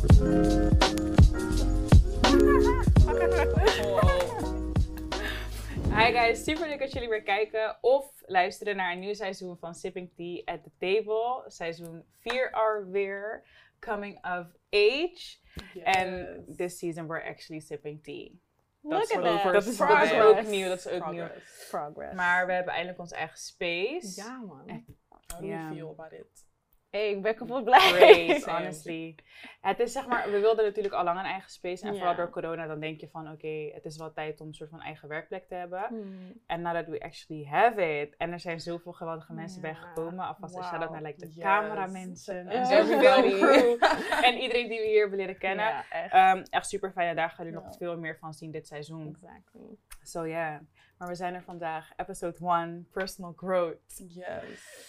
Hi guys, super leuk dat jullie weer kijken of luisteren naar een nieuw seizoen van Sipping Tea at the Table. Seizoen 4 alweer, coming of age. En this season we're actually sipping tea. Look at that. Dat is ook nieuw. Progress. Maar we hebben eindelijk ons eigen space. Ja, man. How do you feel about it? Hey, ik ben kapot blij. Great, honestly. Het is zeg maar, we wilden natuurlijk al lang een eigen space. En vooral door corona, dan denk je van oké, het is wel tijd om een soort van eigen werkplek te hebben. En now that we actually have it. En er zijn zoveel geweldige mensen bij gekomen. Alvast een shout-out naar like, de cameramensen. En everybody. En iedereen die we hier hebben leren kennen. Ja, echt super fijn. En daar gaan jullie nog veel meer van zien dit seizoen. Exactly. So yeah. Maar we zijn er vandaag. Episode 1, Personal Growth. Yes.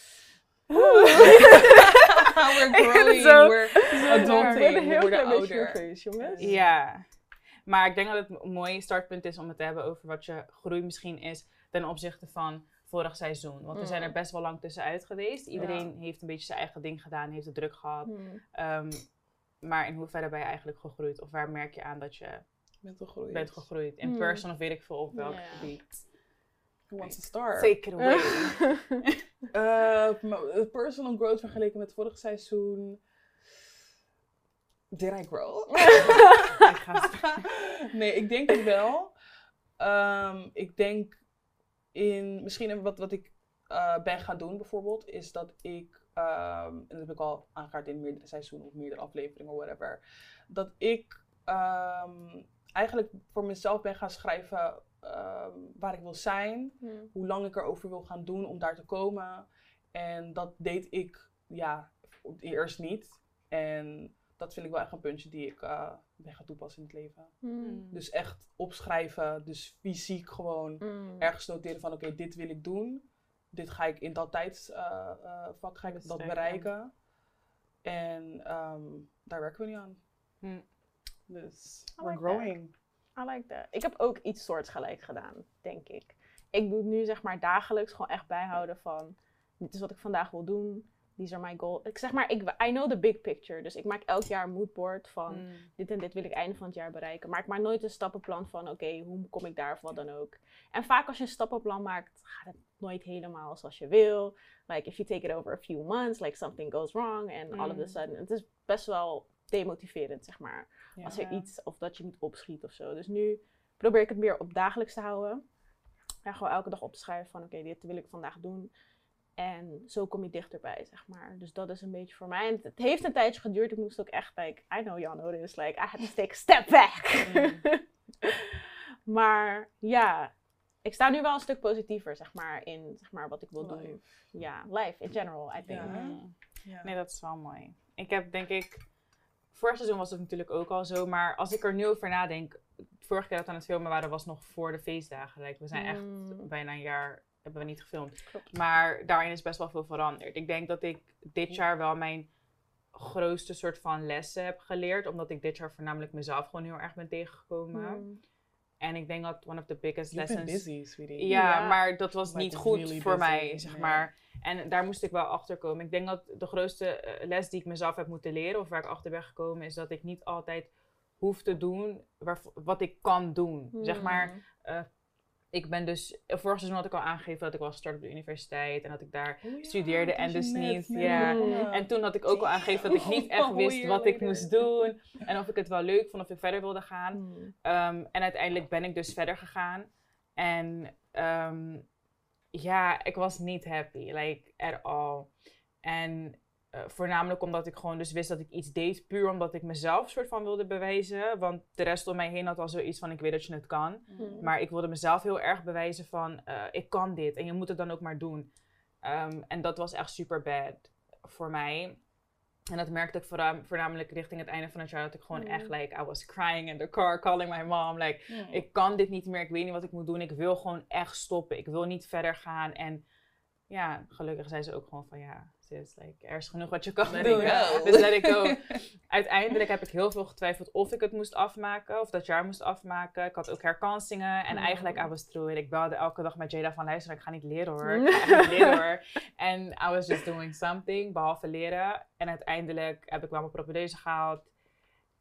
We're growing, we're adulting, we worden ouder. Ja, maar ik denk dat het een mooi startpunt is om het te hebben over wat je groei misschien is ten opzichte van vorig seizoen. Want we zijn er best wel lang tussenuit geweest. Iedereen heeft een beetje zijn eigen ding gedaan, heeft het druk gehad. Maar in hoeverre ben je eigenlijk gegroeid? Of waar merk je aan dat je bent gegroeid? In person of weet ik veel op welk gebied? Who wants to start? Take it away. Personal growth vergeleken met vorig seizoen. Did I grow? Nee, ik denk het wel. Ik denk misschien wat ik ben gaan doen bijvoorbeeld, is dat ik, en dat heb ik al aangehaald in meerdere seizoenen of meerdere afleveringen of whatever, dat ik eigenlijk voor mezelf ben gaan schrijven waar ik wil zijn, hoe lang ik erover wil gaan doen om daar te komen. En dat deed ik eerst niet. En dat vind ik wel echt een puntje die ik ben gaan toepassen in het leven. Dus echt opschrijven, dus fysiek gewoon ergens noteren van oké, dit wil ik doen. Dit ga ik in dat tijdsvak dat bereiken. En daar werken we nu aan. Dus we're growing. I like that. Ik heb ook iets soortgelijk gedaan, denk ik. Ik doe nu zeg maar dagelijks gewoon echt bijhouden van dit is wat ik vandaag wil doen. These are my goals. Ik zeg maar, I know the big picture. Dus ik maak elk jaar een moodboard van dit en dit wil ik einde van het jaar bereiken. Maar ik maak nooit een stappenplan van oké, hoe kom ik daar of wat dan ook. En vaak als je een stappenplan maakt, gaat het nooit helemaal zoals je wil. Like if you take it over a few months, like something goes wrong. En all of a sudden, het is best wel demotiverend, zeg maar. Als er iets, of dat je moet opschieten of zo. Dus nu probeer ik het meer op dagelijks te houden. En gewoon elke dag op te schrijven van oké, dit wil ik vandaag doen. En zo kom je dichterbij, zeg maar. Dus dat is een beetje voor mij. En het heeft een tijdje geduurd. Ik moest ook echt, like, I know y'all know this. Like, I had to take a step back. Maar ja, ik sta nu wel een stuk positiever, zeg maar, in zeg maar, wat ik wil doen. Ja, life in general, I think. Nee, dat is wel mooi. Ik heb, denk ik, vorig seizoen was het natuurlijk ook al zo. Maar als ik er nu over nadenk, vorige keer dat we aan het filmen waren, was nog voor de feestdagen. Like, we zijn echt bijna een jaar hebben we niet gefilmd. Klopt. Maar daarin is best wel veel veranderd. Ik denk dat ik dit jaar wel mijn grootste soort van lessen heb geleerd. Omdat ik dit jaar voornamelijk mezelf gewoon heel erg ben tegengekomen. En ik denk dat one of the biggest lessons... You've been busy, sweetie. Ja, maar dat was niet goed really voor busy, mij, zeg maar. En daar moest ik wel achter komen. Ik denk dat de grootste les die ik mezelf heb moeten leren, of waar ik achter ben gekomen, is dat ik niet altijd hoef te doen wat ik kan doen. Zeg maar... ik ben dus, vorig seizoen had ik al aangegeven dat ik was gestart op de universiteit en dat ik daar studeerde en dus niet. En toen had ik ook al aangegeven dat ik niet echt wist wat ik moest doen en of ik het wel leuk vond of ik verder wilde gaan. En uiteindelijk ben ik dus verder gegaan. En ik was niet happy, like at all. En voornamelijk omdat ik gewoon dus wist dat ik iets deed puur omdat ik mezelf soort van wilde bewijzen. Want de rest om mij heen had al zoiets van ik weet dat je het kan. Maar ik wilde mezelf heel erg bewijzen van ik kan dit en je moet het dan ook maar doen. En dat was echt super bad voor mij. En dat merkte ik voornamelijk richting het einde van het jaar. Dat ik gewoon echt I was crying in the car, calling my mom. Ik kan dit niet meer, ik weet niet wat ik moet doen. Ik wil gewoon echt stoppen. Ik wil niet verder gaan. En ja, gelukkig zei ze ook gewoon van sis, er is genoeg wat je kan doen. Dus let it go. Uiteindelijk heb ik heel veel getwijfeld of ik het moest afmaken, of dat jaar moest afmaken. Ik had ook herkansingen en eigenlijk, I was through it. Ik belde elke dag met Jada van luister, ik ga niet leren hoor. En I was just doing something, behalve leren. En uiteindelijk heb ik wel mijn propedeuse gehaald.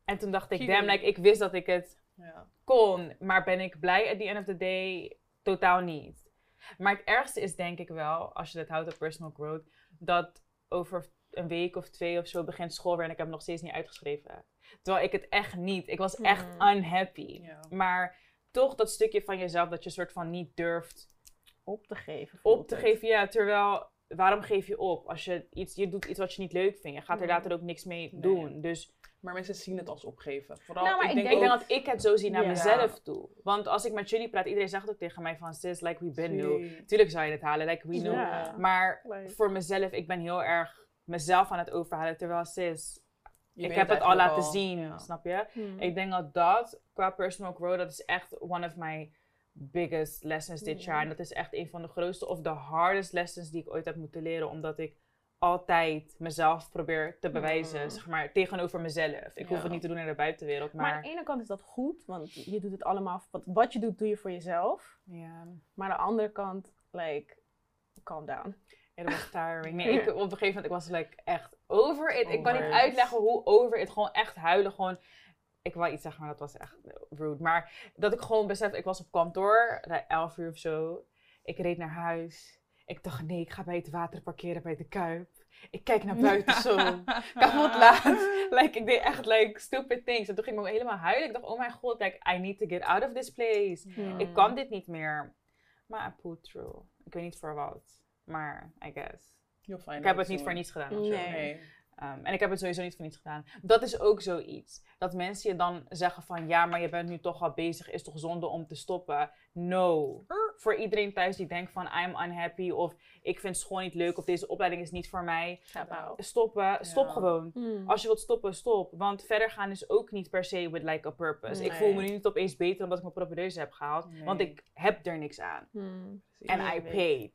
En toen dacht ik, Cute. damn, like, ik wist dat ik het Ja. kon. Maar ben ik blij at the end of the day? Totaal niet. Maar het ergste is denk ik wel, als je het houdt op personal growth, dat over een week of 2 of zo begint school weer en ik heb hem nog steeds niet uitgeschreven. Terwijl ik het echt niet. Ik was echt unhappy. Ja. Maar toch dat stukje van jezelf dat je soort van niet durft Op te geven. op te geven. Ja, terwijl, waarom geef je op? Als je doet iets wat je niet leuk vindt. Je gaat er later ook niks mee doen. Dus Maar mensen zien het als opgeven. Vooral, Nou, maar ik ik denk ik denk ook... dat ik het zo zie naar Ja. mezelf toe. Want als ik met jullie praat, iedereen zegt ook tegen mij van, sis, like we been new. Tuurlijk zou je het halen, like we know. Ja. Maar Like- voor mezelf, ik ben heel erg mezelf aan het overhalen. Terwijl sis, Je ik weet heb het al eigenlijk laten zien, Ja. snap je? Hmm. Ik denk dat qua personal growth, dat is echt one of my biggest lessons dit jaar. En dat is echt een van de grootste of de hardest lessons die ik ooit heb moeten leren. Omdat ik altijd mezelf probeer te bewijzen, zeg maar, tegenover mezelf. Ik hoef het niet te doen in de buitenwereld, Maar aan maar... de ene kant is dat goed, want je doet het allemaal, wat je doet, doe je voor jezelf. Ja, Maar aan de andere kant, like, calm down. het was tiring. Nee, op een gegeven moment, ik was like echt over it. Ik kan niet Over it. uitleggen hoe over it. Gewoon echt huilen, gewoon... Ik wou iets zeggen, maar dat was echt rude. Maar dat ik gewoon besef, ik was op kantoor, 11 uur of zo. Ik reed naar huis. Ik dacht, nee, ik ga bij het water parkeren bij de Kuip. Ik kijk naar buiten zo. Kapot laat. Like, ik deed echt like stupid things. En toen ging ik me helemaal huilen. Ik dacht, oh mijn god, like, I need to get out of this place. Ja. Ik kan dit niet meer. Maar I pulled through. Ik weet niet voor wat. Maar, I guess. You'll find Ik heb out het niet soon. voor niets gedaan. of zo. Nee. En ik heb het sowieso niet voor niets gedaan. Dat is ook zoiets. Dat mensen je dan zeggen van... Ja, maar je bent nu toch al bezig. Is toch zonde om te stoppen? No. Voor iedereen thuis die denkt van... I'm unhappy. Of ik vind school niet leuk. Of deze opleiding is niet voor mij. Tap out. Stoppen. Stop Ja. gewoon. Hmm. Als je wilt stoppen, stop. Want verder gaan is ook niet per se with like a purpose. Ik voel me nu niet opeens beter omdat ik mijn propedeuse heb gehaald. Nee. Want ik heb er niks aan. Hmm. And Ja, I weet. paid.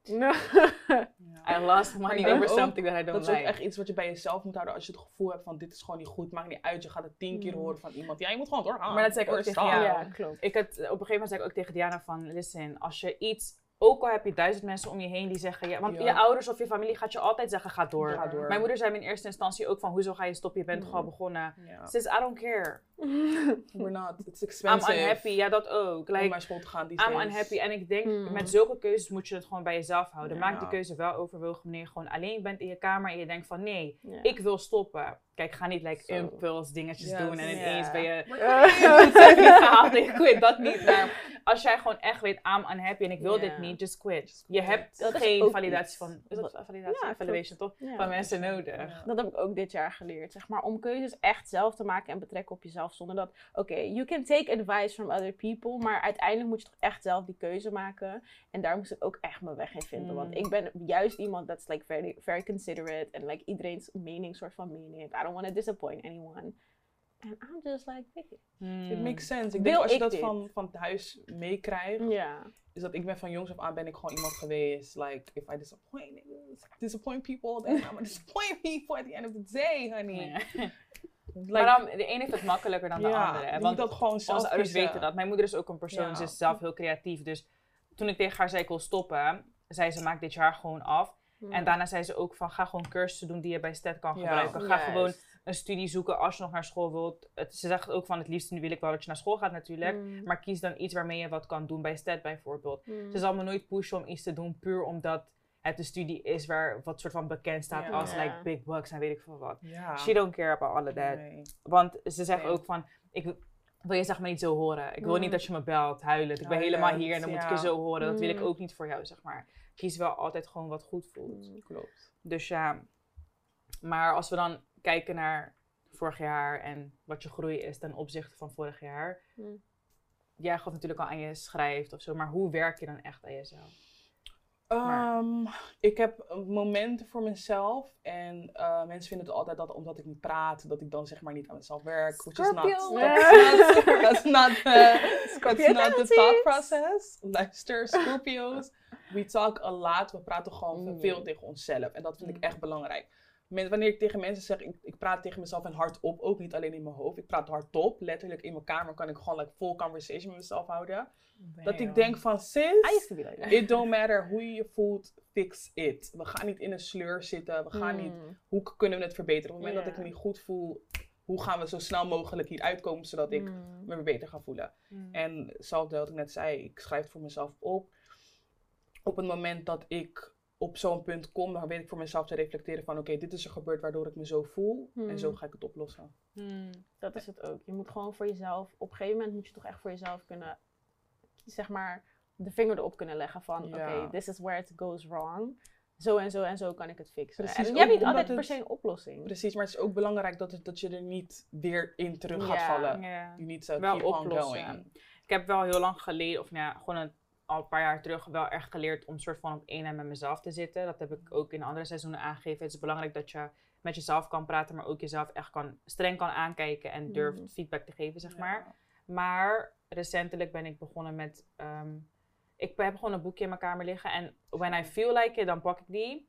Ja. I lost money ik denk over ook something that I Dat don't is ook like. echt iets wat je bij jezelf moet houden als je het gevoel hebt van dit is gewoon niet goed, maakt niet uit, je gaat het 10 keer horen van iemand. Ja, je moet gewoon doorgaan. Maar dat zei ik ook Or tegen stop. jou. Ja, klopt. Op een gegeven moment zei ik ook tegen Diana van, listen, als je iets, ook al heb je 1000 mensen om je heen die zeggen, ja, want Ja. je ouders of je familie gaat je altijd zeggen, ga door. Ga door. Mijn moeder zei me in eerste instantie ook van, hoezo ga je stoppen, je bent toch al begonnen. Ja. Sis, I don't care. We're not, it's I'm expensive unhappy, ja dat ook. om Like, naar school te gaan die I'm days. unhappy. En ik denk, Mm. met zulke keuzes moet je het gewoon bij jezelf houden. Ja. Maak die keuze wel overwogen wanneer je gewoon alleen bent in je kamer en je denkt van, nee, Ja. ik wil stoppen. Kijk, ga niet like Zo. impuls dingetjes Yes. doen en Ja. ineens ben je... Eh, Ik heb niet gehaald, ik quit, dat niet. Maar als jij gewoon echt weet, I'm unhappy en ik wil Ja. dit niet, just quit. Je hebt Dat is geen ook validatie iets. van, is dat validatie? Ja, Evaluation toch? Ja. Van mensen nodig. Ja. Dat heb ik ook dit jaar geleerd, zeg maar, om keuzes echt zelf te maken en betrekken op jezelf, zonder dat, oké, you can take advice from other people, maar uiteindelijk moet je toch echt zelf die keuze maken. En daar moest ik ook echt mijn weg in vinden, want ik ben juist iemand that's like very, very considerate en like iedereen's mening soort van meeneemt. I don't want to disappoint anyone. And I'm just like, pick it. It makes sense. Ik Wil denk als je ik dat dit? van thuis meekrijgt, Ja. is dat ik ben van jongs af aan ben ik gewoon iemand geweest, like, if I disappoint people, then I'm gonna disappoint people at the end of the day, honey. Ja. Like, Maar dan, de ene heeft het makkelijker dan de andere. hè, je Want moet dat gewoon zelf onze ouders kiezen. weten dat. Mijn moeder is ook een persoon, Ja. ze is zelf heel creatief. Dus toen ik tegen haar zei, ik wil stoppen, zei ze, maak dit jaar gewoon af. En daarna zei ze ook van, ga gewoon cursussen doen die je bij STED kan Ja. gebruiken. Ga Juist. gewoon een studie zoeken als je nog naar school wilt. Ze zegt ook van, het liefst nu wil ik wel dat je naar school gaat natuurlijk. Maar kies dan iets waarmee je wat kan doen, bij STED bijvoorbeeld. Ze zal me nooit pushen om iets te doen, puur omdat het een studie is waar wat soort van bekend staat Ja. als Ja. like big bucks en weet ik veel wat. Ja. She don't care about all of that. Nee. Want ze zegt Nee. ook van, ik wil je zeg maar niet zo horen. Ik wil niet dat je me belt, huilend. Ik ben Huilend, helemaal hier en dan moet ik je ja. zo horen. Dat wil ik ook niet voor jou, zeg maar. Kies wel altijd gewoon wat goed voelt. Klopt. Dus ja, maar als we dan kijken naar vorig jaar en wat je groei is ten opzichte van vorig jaar. Hmm. Jij gaf natuurlijk al aan je schrijft of zo, maar hoe werk je dan echt aan jezelf? Ik heb momenten voor mezelf en mensen vinden het altijd dat omdat ik niet praat, dat ik dan zeg maar niet aan mezelf werk. Which is not, Scorpio. that's not the thought tendencies. process. Luister, Scorpio's, we talk a lot, we praten gewoon veel tegen onszelf en dat vind ik echt belangrijk. Wanneer ik tegen mensen zeg, ik praat tegen mezelf en hardop, ook niet alleen in mijn hoofd. Ik praat hardop, letterlijk in mijn kamer kan ik gewoon like full conversation met mezelf houden. Dat ik denk van, I used sis, to be like that. it don't matter hoe je je voelt, fix it. We gaan niet in een sleur zitten, we gaan niet, hoe kunnen we het verbeteren? Op het moment dat ik me niet goed voel, hoe gaan we zo snel mogelijk hier uitkomen, zodat ik me weer beter ga voelen. En zoals wat ik net zei, ik schrijf het voor mezelf op. Op het moment dat ik op zo'n punt kom, dan weet ik voor mezelf te reflecteren van oké, dit is er gebeurd waardoor ik me zo voel. En zo ga ik het oplossen. Dat is het ook. Je moet gewoon voor jezelf, op een gegeven moment moet je toch echt voor jezelf kunnen, zeg maar, de vinger erop kunnen leggen van oké, this is where it goes wrong. Zo en zo en zo kan ik het fixen. Precies, en je hebt niet omdat altijd per se een oplossing. Precies, maar het is ook belangrijk dat je er niet weer in terug gaat vallen. Ja. You need to Wel keep on oplossen. going. Ik heb wel heel lang geleden, of nou ja, gewoon al een paar jaar terug, wel echt geleerd om soort van op één met mezelf te zitten. Dat heb ik ook in andere seizoenen aangegeven. Het is belangrijk dat je met jezelf kan praten, maar ook jezelf echt streng kan aankijken en durft feedback te geven, zeg maar. Maar recentelijk ben ik begonnen met... ik heb gewoon een boekje in mijn kamer liggen en when I feel like it, dan pak ik die.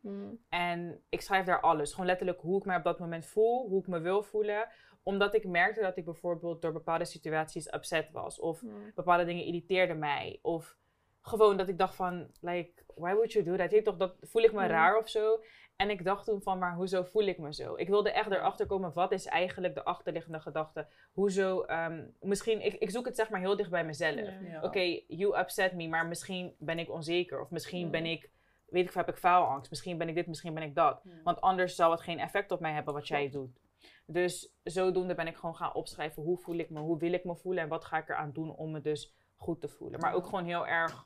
En ik schrijf daar alles. Gewoon letterlijk hoe ik me op dat moment voel, hoe ik me wil voelen. Omdat ik merkte dat ik bijvoorbeeld door bepaalde situaties upset was. Of bepaalde dingen irriteerden mij. Of gewoon dat ik dacht van, like, why would you do that? Je weet toch, dat voel ik me raar of zo. En ik dacht toen van, maar hoezo voel ik me zo? Ik wilde echt erachter komen, wat is eigenlijk de achterliggende gedachte? Hoezo, misschien, ik zoek het zeg maar heel dicht bij mezelf. Ja. Oké, you upset me, maar misschien ben ik onzeker. Of misschien ben ik, weet ik, heb ik faalangst. Misschien ben ik dit, misschien ben ik dat. Want anders zal het geen effect op mij hebben wat jij doet. Dus zodoende ben ik gewoon gaan opschrijven, hoe voel ik me? Hoe wil ik me voelen? En wat ga ik eraan doen om me dus goed te voelen? Maar ook gewoon heel erg...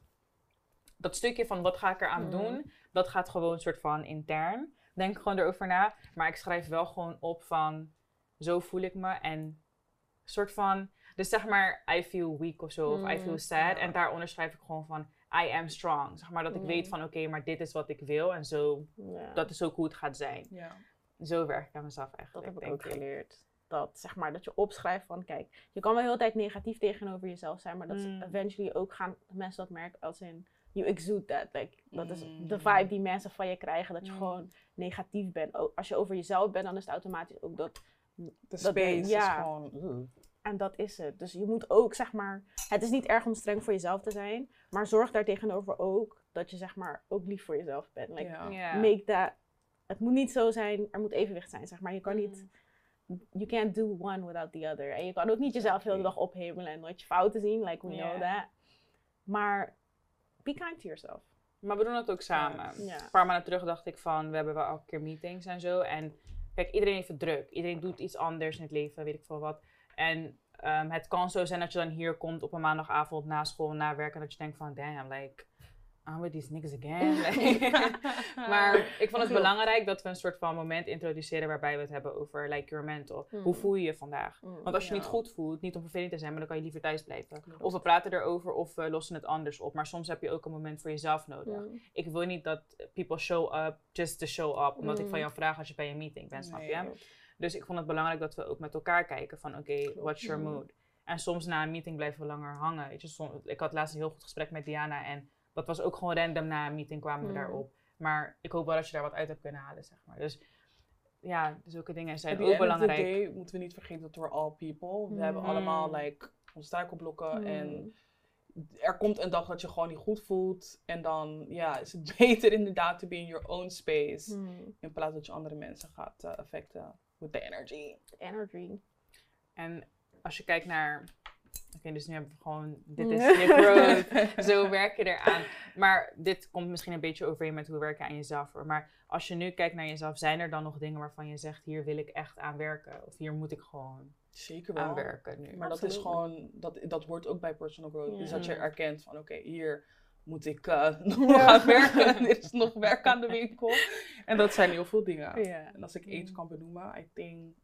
Dat stukje van wat ga ik eraan doen, dat gaat gewoon een soort van intern. Denk gewoon erover na. Maar ik schrijf wel gewoon op van, zo voel ik me. En soort van, dus zeg maar, I feel weak of zo. Of I feel sad. En daaronder schrijf ik gewoon van, I am strong. Zeg maar dat ik weet van, oké, maar dit is wat ik wil. En zo, dat is ook hoe het gaat zijn. Ja. Zo werk ik aan mezelf eigenlijk. Dat heb ik ook geleerd. Dat, zeg maar, dat je opschrijft van, kijk, je kan wel heel de tijd negatief tegenover jezelf zijn. Maar dat eventually ook gaan mensen dat merken als in... You exude that. Like, dat is de vibe die mensen van je krijgen. Dat je gewoon negatief bent. Als je over jezelf bent, dan is het automatisch ook dat... De space is gewoon... En dat is het. Dus je moet ook, zeg maar... Het is niet erg om streng voor jezelf te zijn. Maar zorg daar tegenover ook dat je, zeg maar, ook lief voor jezelf bent. Like, make that... Het moet niet zo zijn. Er moet evenwicht zijn, zeg maar. Je kan niet... You can't do one without the other. En je kan ook niet jezelf de hele dag ophemelen en nooit je fouten zien. Like, we know that. Maar... Be kind to yourself. Maar we doen het ook samen. Ja. Een paar maanden terug dacht ik van, we hebben wel elke keer meetings en zo. En kijk, iedereen heeft het druk. Iedereen doet iets anders in het leven, weet ik veel wat. En het kan zo zijn dat je dan hier komt op een maandagavond na school, na werk. En dat je denkt van, damn, like, I'm with these niggas again. Maar ik vond het belangrijk dat we een soort van moment introduceren waarbij we het hebben over, like, your mental. Hoe voel je je vandaag? Want als je niet goed voelt, niet om vervelend te zijn, maar dan kan je liever thuis blijven. Of we praten erover of we lossen het anders op. Maar soms heb je ook een moment voor jezelf nodig. Ik wil niet dat people show up just to show up. Omdat ik van jou vraag als je bij een meeting bent, snap je? Dus ik vond het belangrijk dat we ook met elkaar kijken van, oké, what's your mood? En soms na een meeting blijven we langer hangen. Weet je, ik had laatst een heel goed gesprek met Diana en dat was ook gewoon random na een meeting kwamen we daarop. Maar ik hoop wel dat je daar wat uit hebt kunnen halen, zeg maar. Dus ja, zulke dingen zijn ook belangrijk. Day moeten we niet vergeten dat we're all people. We hebben allemaal like onze struikelblokken en er komt een dag dat je gewoon niet goed voelt. En dan is het beter inderdaad to be in your own space. In plaats dat je andere mensen gaat affecten with the energy. Energy. En als je kijkt naar... Oké, dus nu hebben we gewoon, dit is je growth, zo werk je eraan. Maar dit komt misschien een beetje overeen met hoe werk je aan jezelf hoor. Maar als je nu kijkt naar jezelf, zijn er dan nog dingen waarvan je zegt, hier wil ik echt aan werken? Of hier moet ik gewoon zeker wel aan werken nu? Maar dat is gewoon, dat hoort ook bij personal growth. Dus dat je erkent van, oké, hier moet ik nog gaan werken. Er is nog werk aan de winkel. En dat zijn heel veel dingen. En als ik iets kan benoemen, I think...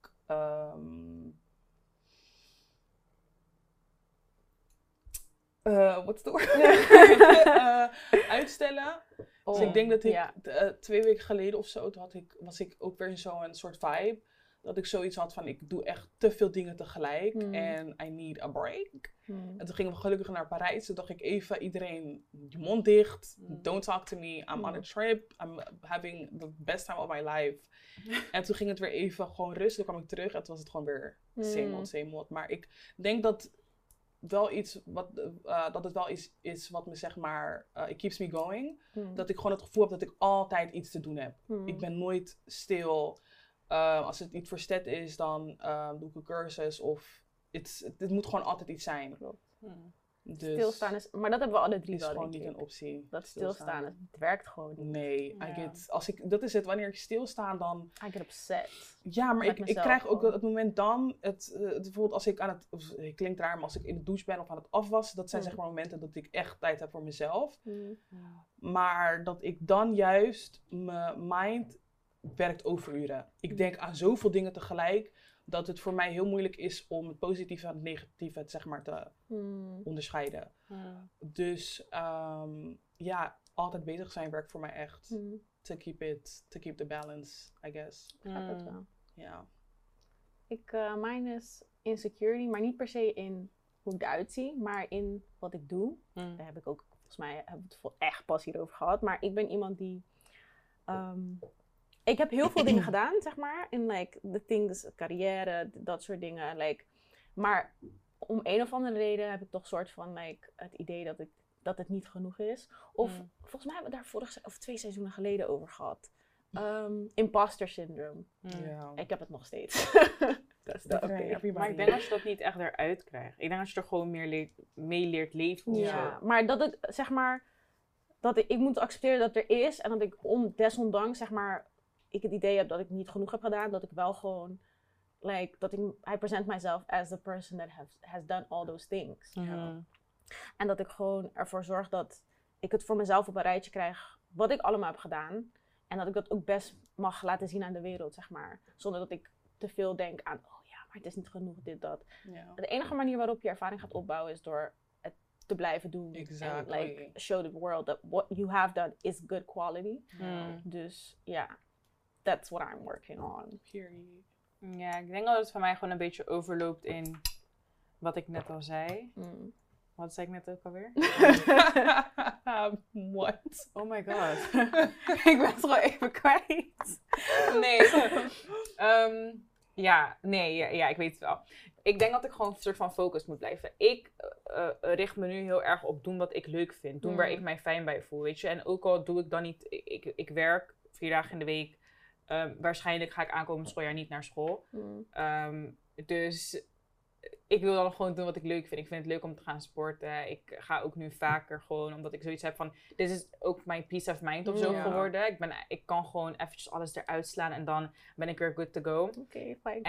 what's the word? Uitstellen. Dus ik denk dat ik 2 weken geleden of zo, was ik ook weer in zo'n soort vibe. Dat ik zoiets had van, ik doe echt te veel dingen tegelijk. En I need a break. En toen gingen we gelukkig naar Parijs. Toen dacht ik even, iedereen, je mond dicht. Don't talk to me. I'm on a trip. I'm having the best time of my life. En toen ging het weer even gewoon rustig. Toen kwam ik terug en toen was het gewoon weer same old. Maar ik denk dat... wel iets dat het wel iets is wat me zeg maar, it keeps me going. Dat ik gewoon het gevoel heb dat ik altijd iets te doen heb. Ik ben nooit stil. Als het iets voor stat is, dan doe ik een cursus. Of het moet gewoon altijd iets zijn. Klopt. Dus Stilstaan is... Maar dat hebben we alle drie is wel, gewoon denk niet ik. een optie. Dat stilstaan, het werkt gewoon niet. Nee, Ja. dat is het. Wanneer ik stilsta, dan... I get upset. Ja, maar Met ik mezelf krijg ook gewoon. het moment dan... bijvoorbeeld als ik het klinkt raar, maar als ik in de douche ben of aan het afwassen... Dat zijn zeg maar momenten dat ik echt tijd heb voor mezelf. Maar dat ik dan juist... Mijn mind werkt overuren. Ik denk aan zoveel dingen tegelijk... Dat het voor mij heel moeilijk is om het positieve en het negatieve zeg maar, te onderscheiden. Dus altijd bezig zijn werkt voor mij echt. To keep the balance, I guess. Snap het wel. Ja. Mijn is insecurity, maar niet per se in hoe ik eruit zie, maar in wat ik doe. Daar heb ik ook, volgens mij, hebben we het echt pas hierover gehad. Maar ik ben iemand die... ik heb heel veel dingen gedaan, zeg maar. In the things, carrière, dat soort dingen. Maar om een of andere reden heb ik toch soort van het idee dat het niet genoeg is. Of volgens mij hebben we daar 2 seizoenen geleden over gehad. Imposter syndrome. Ja. Ik heb het nog steeds. Dat is Dat oké. everybody. Maar ik denk dat je dat niet echt eruit krijgt. Ik denk dat je er gewoon meer mee leert leven of Ja, zo. maar dat ik zeg maar... Ik moet accepteren dat er is. En dat ik desondanks zeg maar... Ik het idee heb dat ik niet genoeg heb gedaan. Dat ik wel gewoon... I present myself as the person that has done all those things. En dat ik gewoon ervoor zorg dat ik het voor mezelf op een rijtje krijg. Wat ik allemaal heb gedaan. En dat ik dat ook best mag laten zien aan de wereld, zeg maar. Zonder dat ik te veel denk aan... Oh ja, maar het is niet genoeg, dit, dat. Ja. De enige manier waarop je ervaring gaat opbouwen is door het te blijven doen. Exactly. En show the world that what you have done is good quality. Dus ja, that's what I'm working on. Period. Ja, ik denk dat het voor mij gewoon een beetje overloopt in wat ik net al zei. Wat zei ik net ook alweer? What? Oh my god. Ik ben het gewoon even kwijt. Nee. Ik weet het wel. Ik denk dat ik gewoon een soort van focus moet blijven. Ik richt me nu heel erg op doen wat ik leuk vind. Doen waar ik mij fijn bij voel, weet je. En ook al doe ik dan niet... Ik werk 4 dagen in de week. Waarschijnlijk ga ik aankomend schooljaar niet naar school. Dus ik wil dan gewoon doen wat ik leuk vind. Ik vind het leuk om te gaan sporten. Ik ga ook nu vaker gewoon, omdat ik zoiets heb van... Dit is ook mijn peace of mind of zo geworden. Ik kan gewoon eventjes alles eruit slaan en dan ben ik weer good to go. Oké, fijn.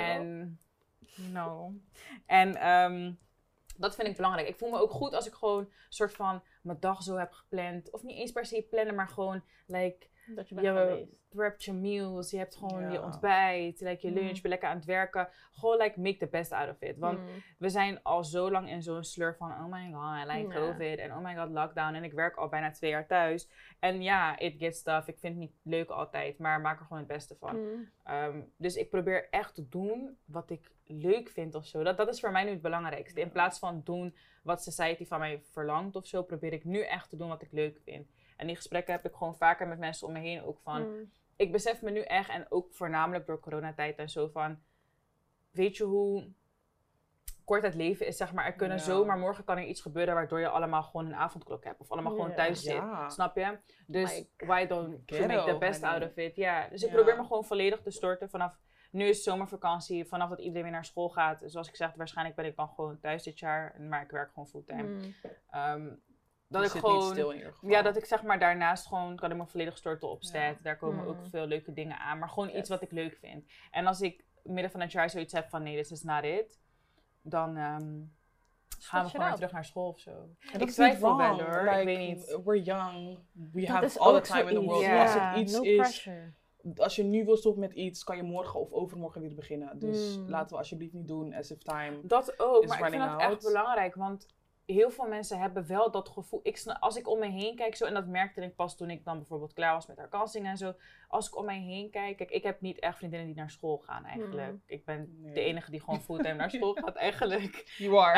En dat vind ik belangrijk. Ik voel me ook goed als ik gewoon soort van mijn dag zo heb gepland. Of niet eens per se plannen, maar gewoon dat je bent geweest. prept je meals, je hebt gewoon Ja. je ontbijt, je lunch, je bent lekker aan het werken. Gewoon make the best out of it. Want we zijn al zo lang in zo'n slur van oh my god, COVID en oh my god, lockdown. En ik werk al bijna 2 jaar thuis. En ja, it gets tough. Ik vind het niet leuk altijd, maar maak er gewoon het beste van. Dus ik probeer echt te doen wat ik leuk vind of zo. Dat is voor mij nu het belangrijkste. In plaats van doen wat society van mij verlangt of zo, probeer ik nu echt te doen wat ik leuk vind. En die gesprekken heb ik gewoon vaker met mensen om me heen ook van... Ik besef me nu echt, en ook voornamelijk door coronatijd en zo van... Weet je hoe kort het leven is, zeg maar. Er kunnen zomaar morgen kan er iets gebeuren waardoor je allemaal gewoon een avondklok hebt. Of allemaal gewoon thuis zit. Snap je? Dus why don't you make the best out of it? Ja, dus ik probeer me gewoon volledig te storten vanaf... Nu is zomervakantie, vanaf dat iedereen weer naar school gaat. Zoals ik zeg, waarschijnlijk ben ik dan gewoon thuis dit jaar. Maar ik werk gewoon fulltime. Dat ik gewoon, niet stil in ieder geval. ja, dat ik zeg maar daarnaast gewoon kan ik me volledig storten op stat. Daar komen ook veel leuke dingen aan, maar gewoon iets wat ik leuk vind. En als ik midden van het jaar zoiets heb van nee, this is not it, dan gaan we gewoon weer terug naar school of zo. Ik twijfel wel hoor, ik weet niet. We're young, we Dat have is all ook the time in the world. zoiets. Als Ja, het iets no is, pressure. als je nu wil stoppen met iets, kan je morgen of overmorgen weer beginnen. Dus laten we alsjeblieft niet doen as if time Dat ook, is maar ik vind running dat out. echt belangrijk, want heel veel mensen hebben wel dat gevoel. Als ik om me heen kijk, zo, en dat merkte ik pas toen ik dan bijvoorbeeld klaar was met herkansing en zo. Als ik om mij heen kijk, ik heb niet echt vriendinnen die naar school gaan eigenlijk. Ik ben de enige die gewoon fulltime naar school gaat eigenlijk. You are.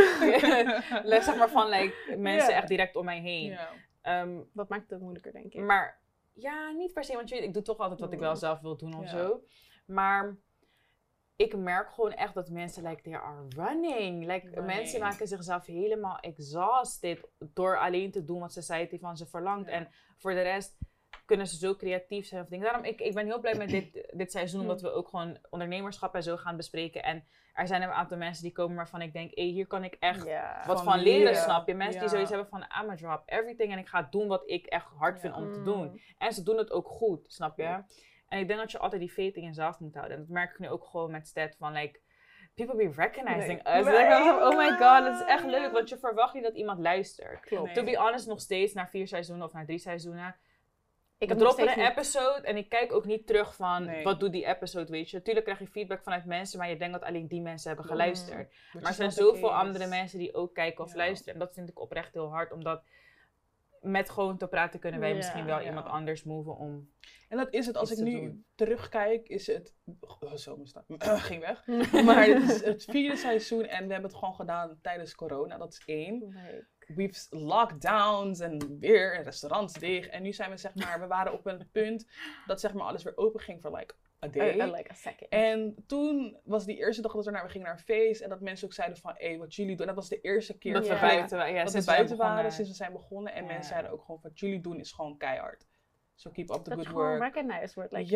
En zeg maar van mensen echt direct om mij heen. Dat maakt het ook moeilijker, denk ik. Maar ja, niet per se, want je weet, ik doe toch altijd wat ik wel zelf wil doen of zo. Maar ik merk gewoon echt dat mensen, they are running. Mensen maken zichzelf helemaal exhausted door alleen te doen wat society van ze verlangt. En voor de rest, kunnen ze zo creatief zijn of dingen. Daarom, ik ben heel blij met dit seizoen, omdat we ook gewoon ondernemerschap en zo gaan bespreken. En er zijn een aantal mensen die komen waarvan ik denk, hier kan ik echt wat van leren, snap je? Mensen die zoiets hebben van, I'm gonna drop everything en ik ga doen wat ik echt hard vind om te doen. En ze doen het ook goed, snap je? En ik denk dat je altijd die faith in jezelf moet houden. En dat merk ik nu ook gewoon met Sted van, like, people be recognizing us. Oh my god, dat is echt leuk, want je verwacht niet dat iemand luistert. Klopt. To be honest, nog steeds, na 4 seizoenen of na 3 seizoenen, Ik heb droppen een episode en ik kijk ook niet terug van, wat doet die episode, weet je. Tuurlijk krijg je feedback vanuit mensen, maar je denkt dat alleen die mensen hebben geluisterd. Maar er zijn zoveel andere mensen die ook kijken of luisteren. En dat vind ik oprecht heel hard, omdat met gewoon te praten kunnen wij misschien wel iemand anders moven om. En dat is het, als ik nu doen. terugkijk, is het. Zo, ging weg. Maar het is het 4e seizoen en we hebben het gewoon gedaan tijdens corona, dat is 1. We've lockdowns en weer restaurants dicht. En nu zijn we, zeg maar, we waren op een punt dat, zeg maar, alles weer open ging voor like a day. Like a second. En toen was die eerste dag dat we gingen naar een feest en dat mensen ook zeiden van, wat jullie doen. En dat was de eerste keer dat we buiten waren sinds we zijn begonnen. En mensen zeiden ook gewoon, wat jullie doen is gewoon keihard. So keep up the good work. Dat recognized wordt. Like,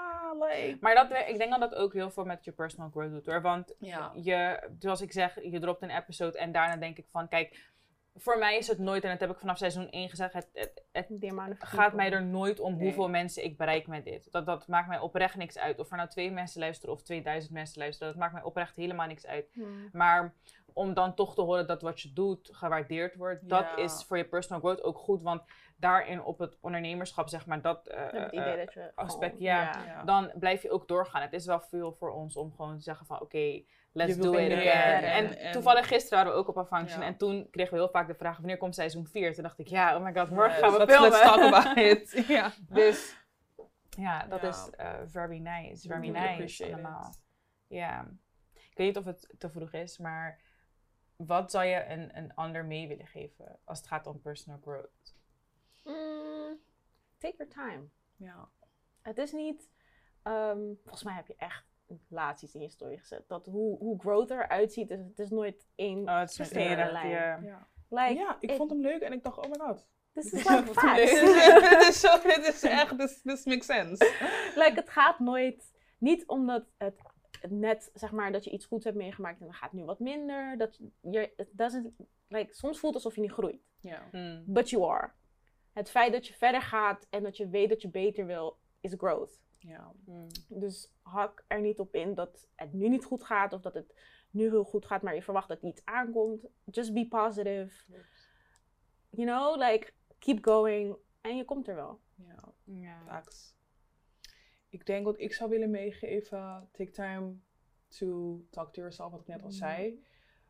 Maar ik denk dat dat ook heel veel met je personal growth doet, hoor. Want zoals ik zeg, je dropt een episode en daarna denk ik van, kijk, voor mij is het nooit, en dat heb ik vanaf seizoen 1 gezegd, het gaat mij er nooit om hoeveel mensen ik bereik met dit. Dat maakt mij oprecht niks uit. Of er nou 2 mensen luisteren of 2000 mensen luisteren, dat maakt mij oprecht helemaal niks uit. Maar om dan toch te horen dat wat je doet gewaardeerd wordt, dat is voor je personal growth ook goed. Want daarin op het ondernemerschap, zeg maar, dat aspect, dan blijf je ook doorgaan. Het is wel veel voor ons om gewoon te zeggen van, oké, let's do it again. En toevallig gisteren waren we ook op een function en toen kregen we heel vaak de vraag, wanneer komt seizoen 4? Toen dacht ik, oh my god, morgen gaan we filmen. Let's talk about it. Dus dat is very nice. Very nice allemaal. Ja. Ik weet niet of het te vroeg is, maar wat zou je een ander mee willen geven als het gaat om personal growth? Take your time. Ja. Het is niet, volgens mij heb je echt laatst iets in je story gezet. Dat hoe growth eruit ziet, het is nooit één lijn. Ik vond hem leuk en ik dacht, oh my god. This is like facts. Dit is echt, this makes sense. Like, het gaat nooit, niet omdat het net, zeg maar, dat je iets goeds hebt meegemaakt en dan gaat het nu wat minder. Soms voelt het alsof je niet groeit. But you are. Het feit dat je verder gaat en dat je weet dat je beter wil, is growth. Dus hak er niet op in dat het nu niet goed gaat of dat het nu heel goed gaat, maar je verwacht dat iets aankomt. Just be positive. You know, like, keep going en je komt er wel. Facts. Ik denk wat ik zou willen meegeven, take time to talk to yourself, wat ik net al zei.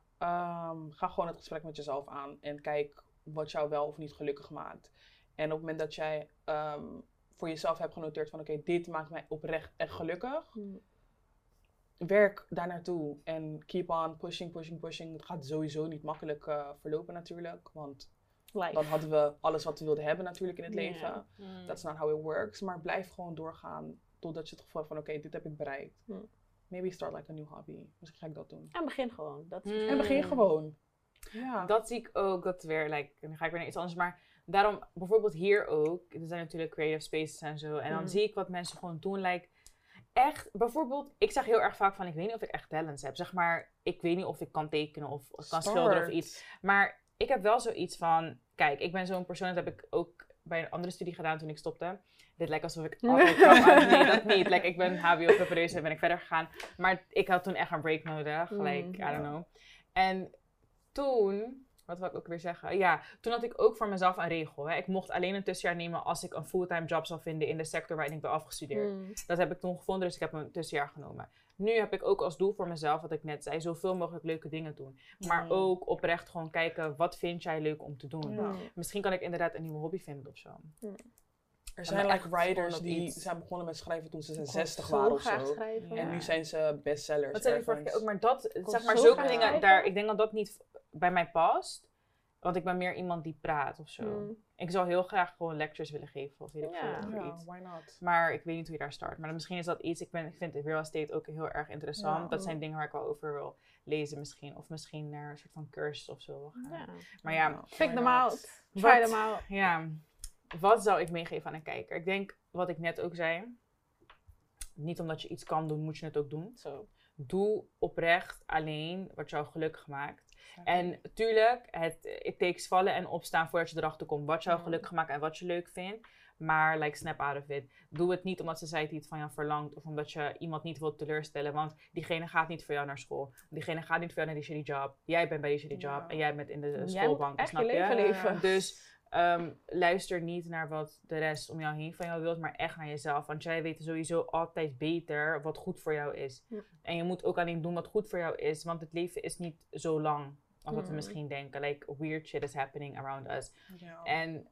Ga gewoon het gesprek met jezelf aan en kijk wat jou wel of niet gelukkig maakt. En op het moment dat jij voor jezelf hebt genoteerd van, oké, dit maakt mij oprecht echt gelukkig. Werk daar naartoe en keep on pushing. Het gaat sowieso niet makkelijk verlopen natuurlijk, want dan hadden we alles wat we wilden hebben natuurlijk in het leven. That's not how it works. Maar blijf gewoon doorgaan totdat je het gevoel hebt van, oké, dit heb ik bereikt. Maybe start like a new hobby. Misschien ga ik dat doen. En begin gewoon. En begin gewoon. Ja. Dat zie ik ook, dat weer, dan ga ik weer naar iets anders, maar daarom, bijvoorbeeld hier ook, er zijn natuurlijk creative spaces en zo, en dan zie ik wat mensen gewoon doen, echt, bijvoorbeeld, ik zeg heel erg vaak van, ik weet niet of ik echt talents heb, zeg maar, ik weet niet of ik kan tekenen of kan schilderen of iets, maar ik heb wel zoiets van, kijk, ik ben zo'n persoon, dat heb ik ook bij een andere studie gedaan toen ik stopte. Dit lijkt alsof ik altijd nee, dat niet. Ik ben HBO-prepareuse en ben ik verder gegaan. Maar ik had toen echt een break nodig. I don't know. En toen, wat wil ik ook weer zeggen? Ja, toen had ik ook voor mezelf een regel. Hè. Ik mocht alleen een tussenjaar nemen als ik een fulltime job zou vinden in de sector waarin ik ben afgestudeerd. Dat heb ik toen gevonden, dus ik heb een tussenjaar genomen. Nu heb ik ook als doel voor mezelf, wat ik net zei, zoveel mogelijk leuke dingen doen. Maar ook oprecht gewoon kijken, wat vind jij leuk om te doen? Misschien kan ik inderdaad een nieuwe hobby vinden of zo. Er zijn writers die zijn begonnen met schrijven toen ze 60 waren of zo. En nu zijn ze bestsellers. Dat zei ik vorige keer ook, maar dat, zeg maar, zulke dingen, daar, ik denk dat dat niet bij mij past. Want ik ben meer iemand die praat of zo. Ik zou heel graag gewoon lectures willen geven of weet ik veel. Iets. Why not? Maar ik weet niet hoe je daar start. Maar misschien is dat iets, ik vind real estate ook heel erg interessant. Dat zijn dingen waar ik wel over wil lezen misschien. Of misschien naar een soort van cursus of zo wil gaan. Maar Check them out. Try them out. Ja. wat zou ik meegeven aan een kijker? Ik denk, wat ik net ook zei. Niet omdat je iets kan doen, moet je het ook doen. Zo. Doe oprecht alleen wat jou gelukkig maakt. En tuurlijk, it takes vallen en opstaan voordat je erachter komt wat jou gelukkig maakt en wat je leuk vindt. Maar like, snap out of it. Doe het niet omdat society het van jou verlangt of omdat je iemand niet wilt teleurstellen. Want diegene gaat niet voor jou naar school. Diegene gaat niet voor jou naar die shitty job. Jij bent bij die shitty job en jij bent in de schoolbank. Echt Snap je je? leven leven. Dus luister niet naar wat de rest om jou heen van jou wilt, maar echt naar jezelf. Want jij weet sowieso altijd beter wat goed voor jou is. Ja. En je moet ook alleen doen wat goed voor jou is, want het leven is niet zo lang als wat we misschien denken. Like, weird shit is happening around us. Ja. En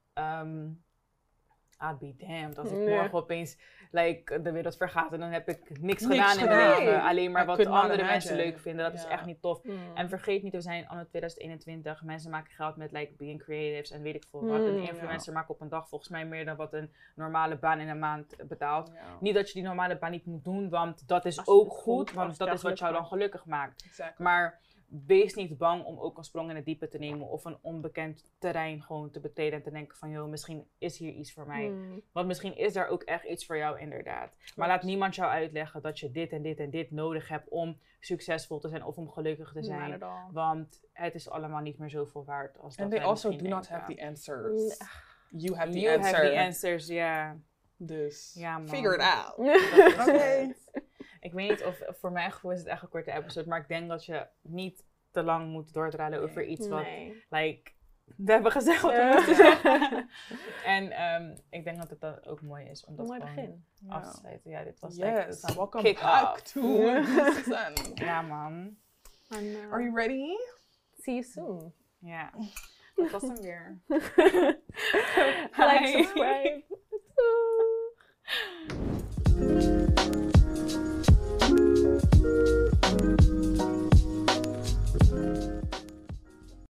I'd be damned als ik morgen opeens like, de wereld vergaat en dan heb ik niks gedaan in mijn leven. Alleen maar wat andere mensen leuk vinden. Dat is echt niet tof. En vergeet niet, we zijn anno 2021. Mensen maken geld met like being creatives en weet ik veel wat. Een influencer maakt op een dag volgens mij meer dan wat een normale baan in een maand betaalt. Ja. Niet dat je die normale baan niet moet doen, want dat is ook goed. Want dat is wat jou dan maakt. gelukkig maakt. Exactly. Maar wees niet bang om ook een sprong in het diepe te nemen of een onbekend terrein gewoon te betreden en te denken van, joh, misschien is hier iets voor mij. Want misschien is daar ook echt iets voor jou inderdaad. Maar laat niemand jou uitleggen dat je dit en dit en dit nodig hebt om succesvol te zijn of om gelukkig te zijn. Want het is allemaal niet meer zoveel waard als dat And they wij also misschien do not denken. have the answers. You have the You answer. have the answers, ja. Dus, Ja, man. figure it out. Oké. Ik weet niet of, voor mijn gevoel is het echt een korte episode, maar ik denk dat je niet te lang moet doordraden over iets wat, like, we hebben gezegd wat we moeten zeggen. En ik denk dat het dan ook mooi is om dat Mooi gewoon begin. af te sluiten. Ja, dit was Yes, some welcome kick back off. to the season. Ja, man. Are you ready? See you soon. Ja. Dat was hem weer. Like, subscribe.